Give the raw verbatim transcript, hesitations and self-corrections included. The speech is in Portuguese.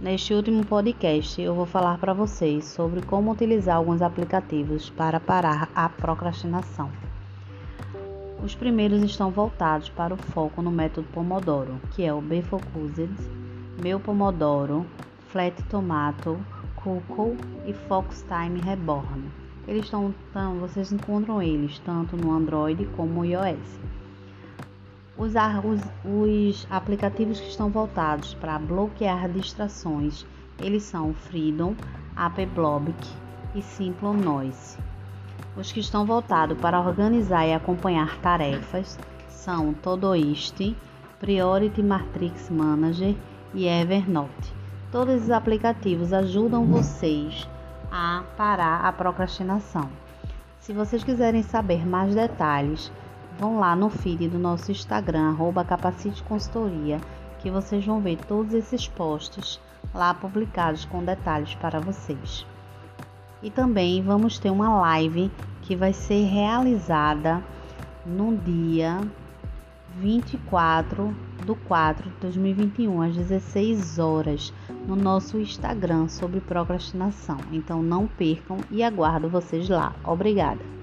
Neste último podcast, eu vou falar para vocês sobre como utilizar alguns aplicativos para parar a procrastinação. Os primeiros estão voltados para o foco no método Pomodoro, que é o B-Focused, Meu Pomodoro, Flat Tomato, Coco e Focus Time Reborn. Eles estão, então, vocês encontram eles tanto no Android como no iOS. Os, os, os aplicativos que estão voltados para bloquear distrações, eles são Freedom, AppBlock e Simple Noise. Os que estão voltados para organizar e acompanhar tarefas são Todoist, Priority Matrix Manager e Evernote. Todos esses aplicativos ajudam vocês a parar a procrastinação. Se vocês quiserem saber mais detalhes, vão lá no feed do nosso Instagram, arroba Capacite Consultoria, que vocês vão ver todos esses posts lá publicados com detalhes para vocês. E também vamos ter uma live que vai ser realizada no dia vinte e quatro de quatro de dois mil e vinte e um, às dezesseis horas, no nosso Instagram sobre procrastinação. Então não percam e aguardo vocês lá. Obrigada!